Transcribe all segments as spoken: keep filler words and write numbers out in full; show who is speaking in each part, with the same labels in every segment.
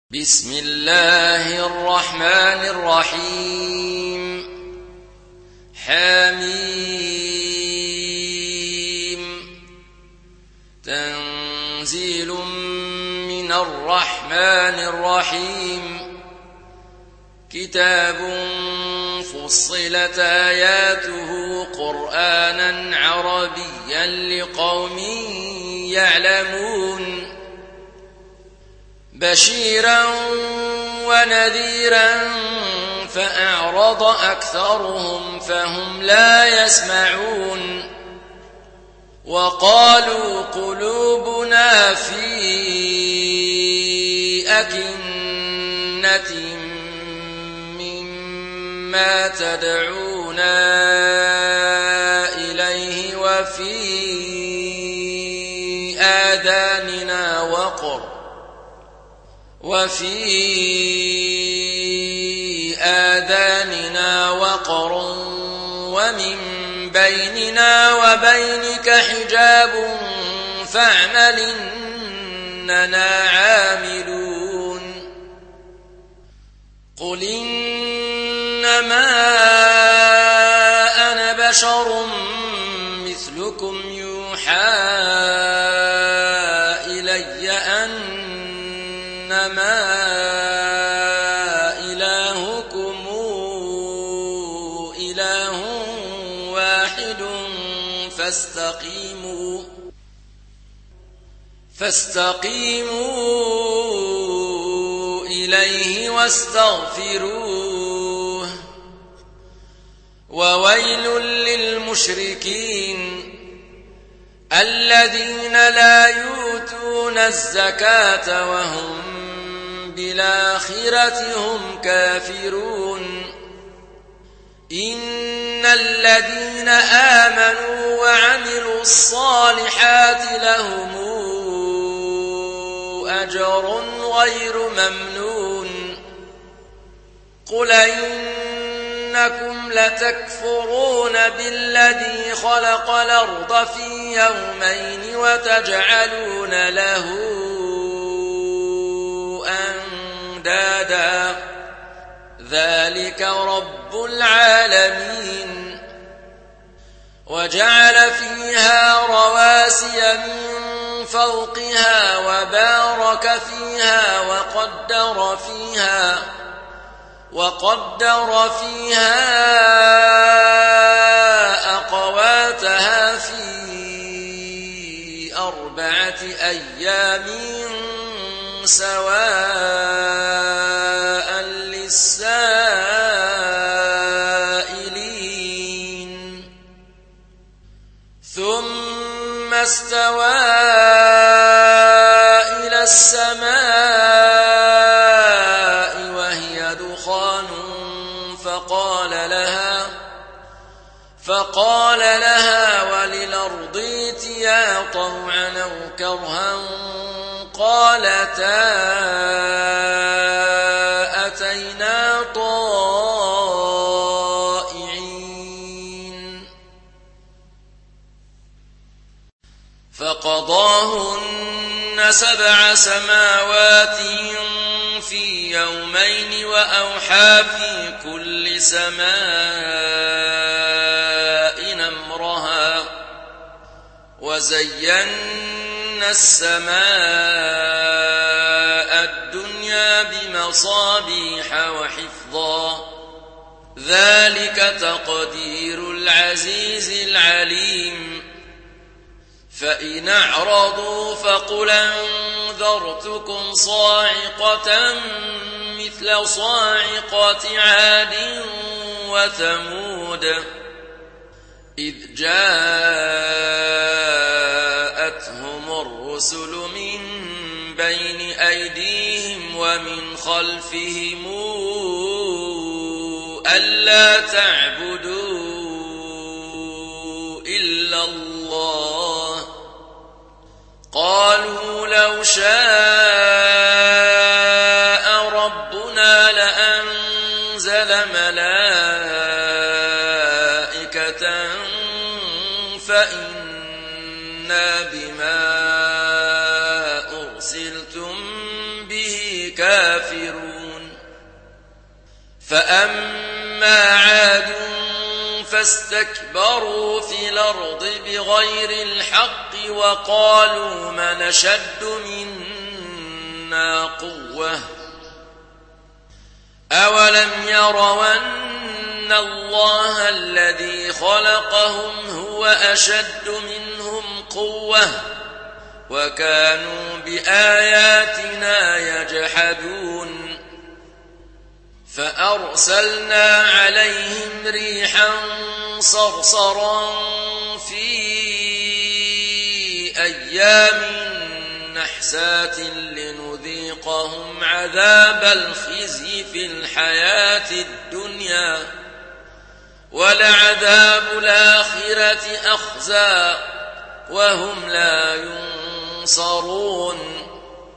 Speaker 1: بسم الله الرحمن الرحيم حميم تنزيل من الرحمن الرحيم كتاب فصلت آياته قرآنا عربيا لقوم يعلمون بشيرا ونذيرا فأعرض أكثرهم فهم لا يسمعون وقالوا قلوبنا في أكنة مما تدعونا إليه وفي آذاننا وقر وفي آذاننا وقر ومن بيننا وبينك حجاب فاعمل إننا عاملون قل إنما أنا بشر مثلكم يوحى إلي أن إنما إلهكم إله واحد فاستقيموا فاستقيموا إليه واستغفروه وويل للمشركين الذين لا يؤتون الزكاة وهم بالآخرة هم كافرون إن الذين آمنوا وعملوا الصالحات لهم أجر غير ممنون قل إنكم لتكفرون بالذي خلق الأرض في يومين وتجعلون له أندادا ذلك رب العالمين وجعل فيها رواسي من فوقها وبارك فيها وقدر فيها وقدر فيها أقواتها في أربعة أيام سواء للسائلين ثم استوى إلى السماء وهي دخان فقال لها فقال لها وللأرض ائتيا طوعا أو كرها قالتا أتينا طائعين فقضاهن سبع سماوات في يومين وأوحى في كل سماء أمرها وزينا السماء الدنيا بمصابيح وحفظا ذلك تقدير العزيز العليم فإن أعرضوا فقل أنذرتكم صاعقة مثل صاعقة عاد وثمود إذ جاءتهم الرسل من بين أيديهم ومن خلفهم ألا تعبدوا إلا الله قالوا لو شاء ربنا لأنزل ملائكة فإنا بما أرسلتم به كافرون فأما عاد فاستكبروا في الأرض بغير الحق وقالوا من أشد منا قوة أولم يروا أن الله الذي خلقهم هو أشد منهم قوة وكانوا بآياتنا يجحدون فأرسلنا عليهم ريحا صرصرا في أيام نحسات لنذيقهم عذاب الخزي في الحياة الدنيا ولعذاب الآخرة أخزى وهم لا ينصرون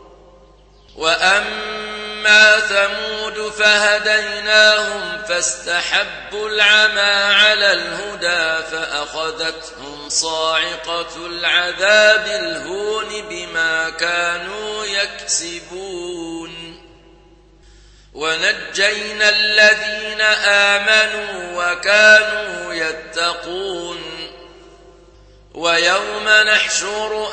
Speaker 1: وأما ثمود فهديناهم فاستحبوا العمى على الهدى فأخذتهم صاعقة العذاب الهون بما كانوا يكسبون ونجينا الذين آمنوا وكانوا يتقون ويوم نحشر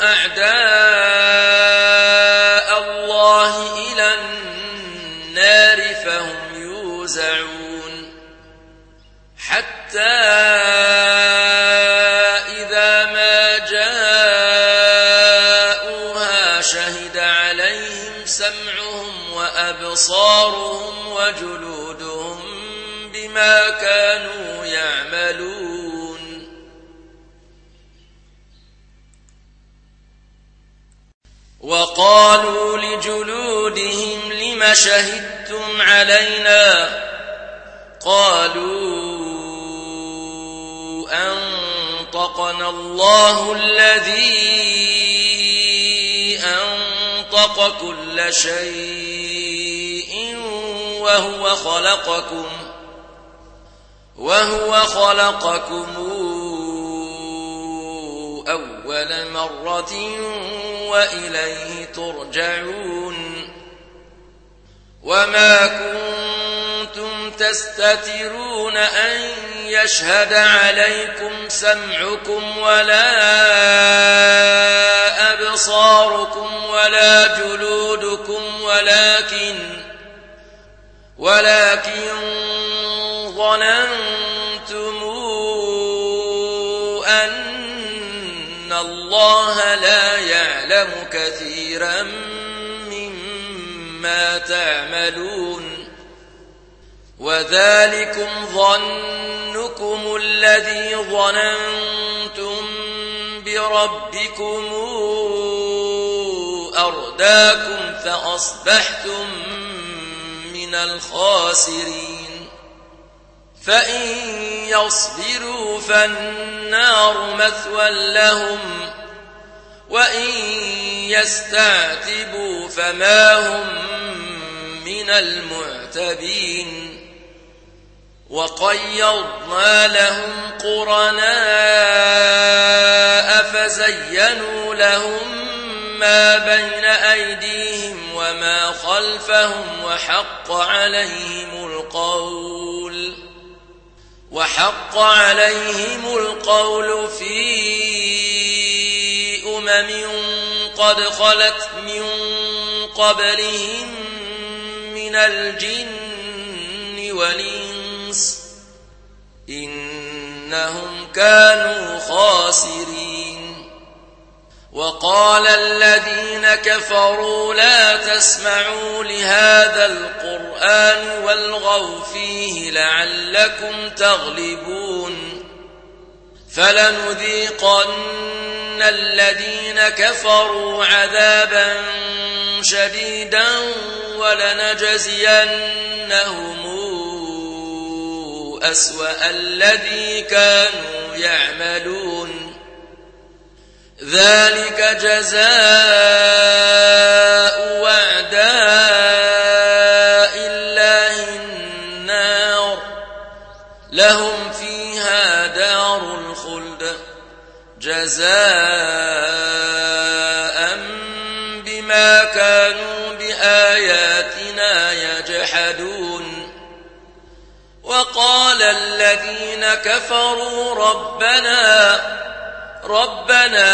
Speaker 1: أعداء الله إلى النار فهم يوزعون حتى إذا ما جاءوها شهد عليهم سمعهم وأبصارهم وجلودهم بما كانوا يعملون وقالوا لجلودهم لم شهدتم علينا قالوا أنطقنا الله الذي أنطق كل شيء وهو خلقكم وهو خلقكم أول مرة وإليه ترجعون وما كنتم تستترون أن يشهد عليكم سمعكم ولا أبصاركم ولا جلودكم ولكن ولكن ظننتم أن الله لا يعلم كثيرا مما تعملون وذلكم ظنكم الذي ظننتم بربكم أرداكم فأصبحتم من الخاسرين فإن يصبروا فالنار مثوى لهم وإن يستعتبوا فما هم من المعتبين وقيضنا لهم قرناء فزينوا لهم ما بين أيديهم وما خلفهم وحق عليهم القول وحق عليهم القول في أمم قد خلت من قبلهم من الجن والإنس إنهم كانوا خاسرين وقال الذين كفروا لا تسمعوا لهذا القرآن والغوا فيه لعلكم تغلبون فلنذيقن الذين كفروا عذابا شديدا ولنجزينهم أسوأ الذي كانوا يعملون ذلك جزاء أعداء الله النار لهم فيها دار الخلد جزاء بما كانوا بآياتنا يجحدون وقال الذين كفروا ربنا ربنا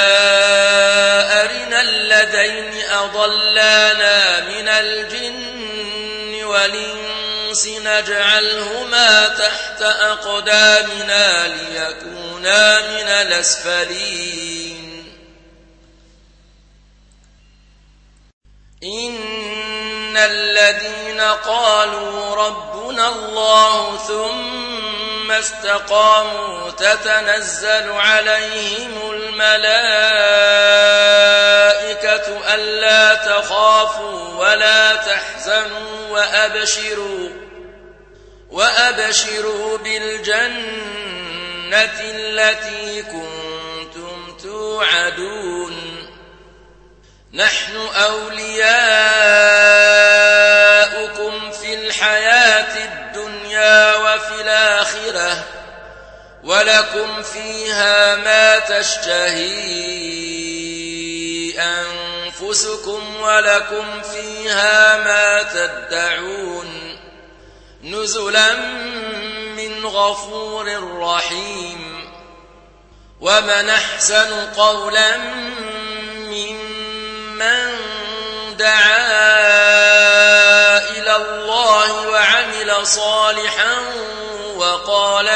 Speaker 1: أرنا الذين أضلانا من الجن والإنس نجعلهما تحت أقدامنا ليكونا من الأسفلين إن الذين قالوا ربنا الله ثم استقاموا تتنزل عليهم الملائكة ألا تخافوا ولا تحزنوا وأبشروا وأبشروا بالجنة التي كنتم توعدون نحن أولياؤكم في الحياة الدنيا وفي الآخرة ولكم فيها ما تشتهي أنفسكم ولكم فيها ما تدعون نزلا من غفور رحيم ومن أحسن قولا ممن دعا إلى الله وعمل صالحا وقال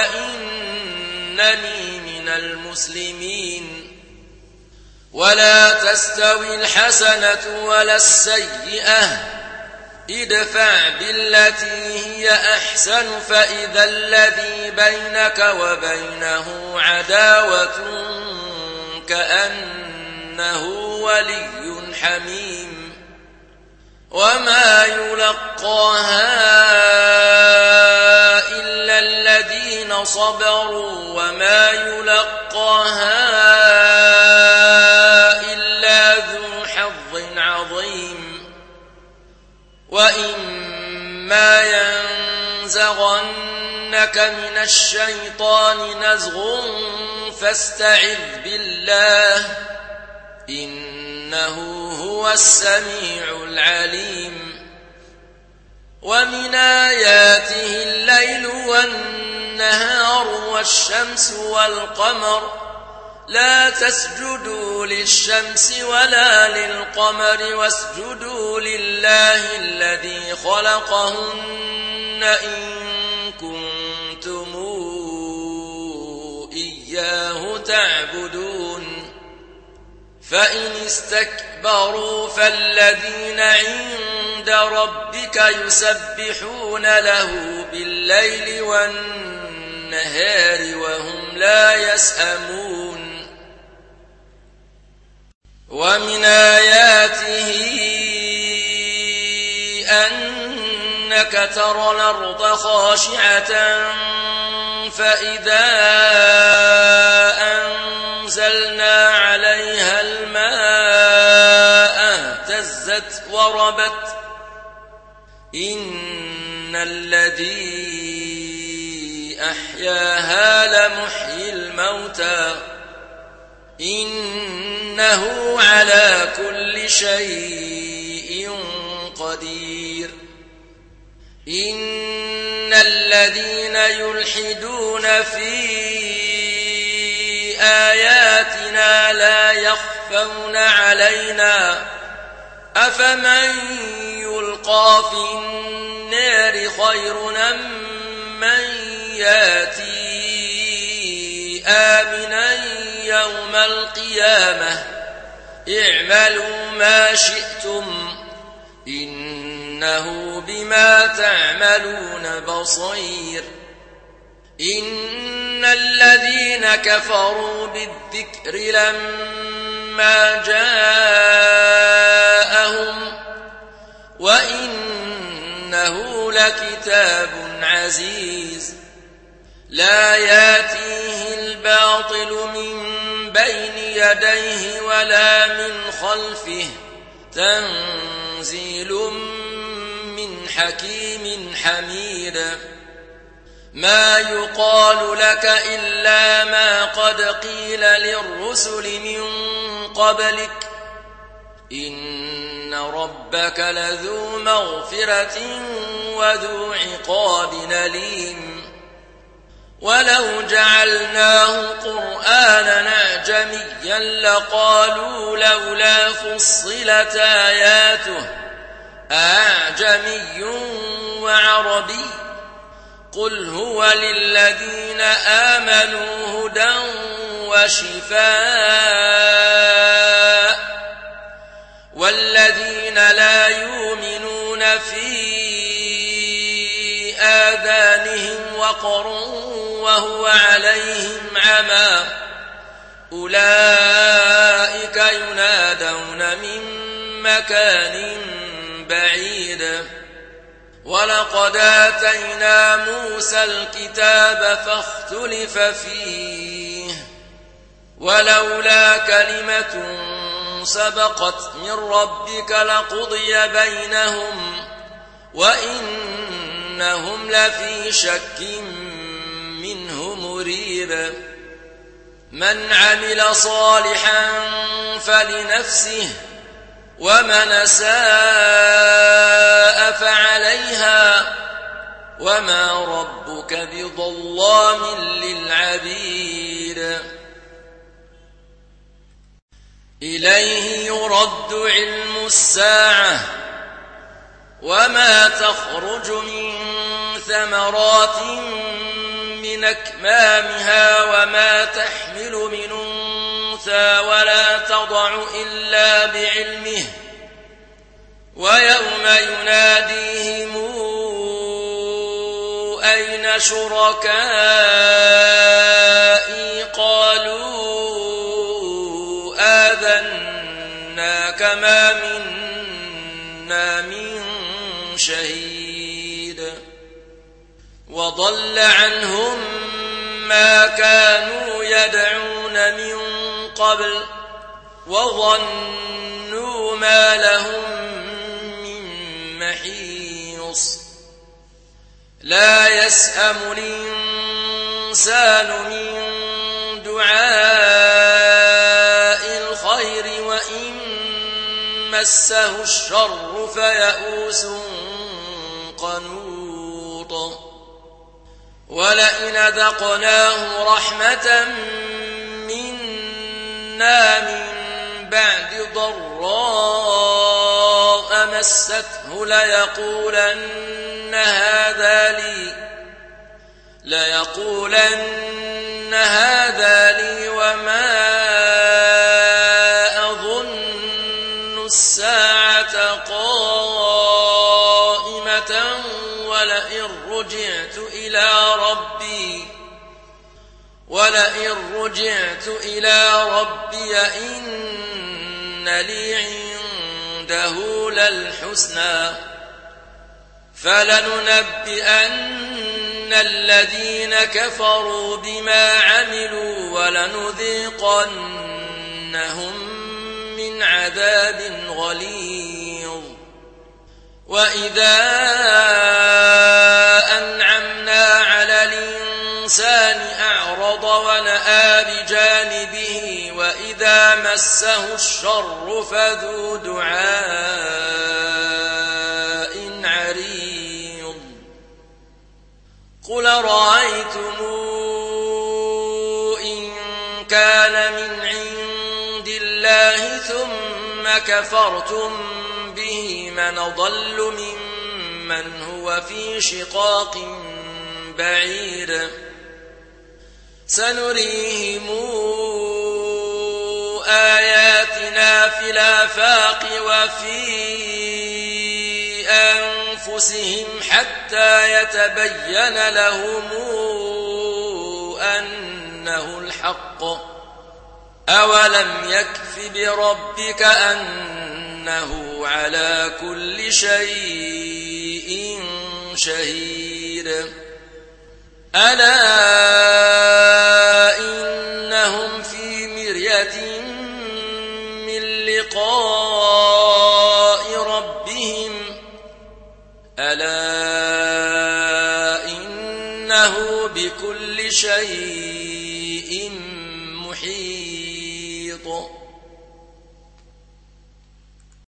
Speaker 1: إنني من المسلمين ولا تستوي الحسنة ولا السيئة ادفع بالتي هي أحسن فإذا الذي بينك وبينه عداوة كأنه ولي حميم وما يلقاها إلا الذين صبروا وما يلقاها إلا ذو حظ عظيم وإما ينزغنك من الشيطان نزغ فاستعذ بالله إنه هو السميع العليم ومن آياته الليل والنهار والشمس والقمر لا تسجدوا للشمس ولا للقمر واسجدوا لله الذي خلقهن إن كنتم إياه تعبدون فإن استكبروا فالذين عند ربك يسبحون له بالليل والنهار وهم لا يسأمون ومن آياته أنك ترى الأرض خاشعة فإذا أنزلنا عليها الماء اهتزت وربت إن الذي أحياها لمحيي الموتى إنه على كل شيء قدير إن الذين يلحدون في آياتنا لا يخفون علينا أفمن يلقى في النار خير أم من ياتي آمنا يوم القيامة اعملوا ما شئتم إنه بما تعملون بصير إن الذين كفروا بالذكر لما جاءهم وإنه لكتاب عزيز لا ياتيه الباطل من بين يديه ولا من خلفه تنزيل من حكيم حميد ما يقال لك إلا ما قد قيل للرسل من قبلك إن ربك لذو مغفرة وذو عقاب أليم ولو جعلناه قرآنا أعجميا لقالوا لولا فصلت آياته أعجمي وعربي قل هو للذين آمنوا هدى وشفاء والذين لا يؤمنون في آذانهم وقر وهو عليهم عمى أولئك ينادون من مكان بعيد ولقد آتينا موسى الكتاب فاختلف فيه ولولا كلمة سبقت من ربك لقضي بينهم وإنهم لفي شك منه مريب من عمل صالحا فلنفسه ومن أساء فعليها وما ربك بظلام للعبيد إليه يرد علم الساعة وما تخرج من ثمرات من أكمامها وما تحمل من أنثى ولا تضع إلا بعلمه ويوم يناديهم أين شركائي قالوا آذناك ما منا من شهيد وضل عنهم ما كانوا يدعون من قبل وظنوا ما لهم من محيص لا يسأم الإنسان من دعاء الخير وإن مسه الشر فيئوس قنوط ولئن أذقناه رحمة منا من بعد ضراء مسته ليقولن هذا لي ليقولن هذا لي وما أظن الساعة قائمة ولئن رجعت إلى ربي ولئن رجعت إلى ربي إن لي عنده للحسنى فلننبئن الذين كفروا بما عملوا ولنذيقنهم من عذاب غليظ وإذا أنعمنا على الإنسان أعرض ونأى بجانبه وإذا مسه الشر فذو دعاء عريض قل رأيتم إن كان من عند الله ثم كفرتم به من أضل ممن هو في شقاق بعيد سنريهم آياتنا في الآفاق وفي أنفسهم حتى يتبين لهم أنه الحق أولم يكف بربك أنه على كل شيء شهيد ألا إنهم في مرية من لقاء ربهم ألا إنه بكل شيء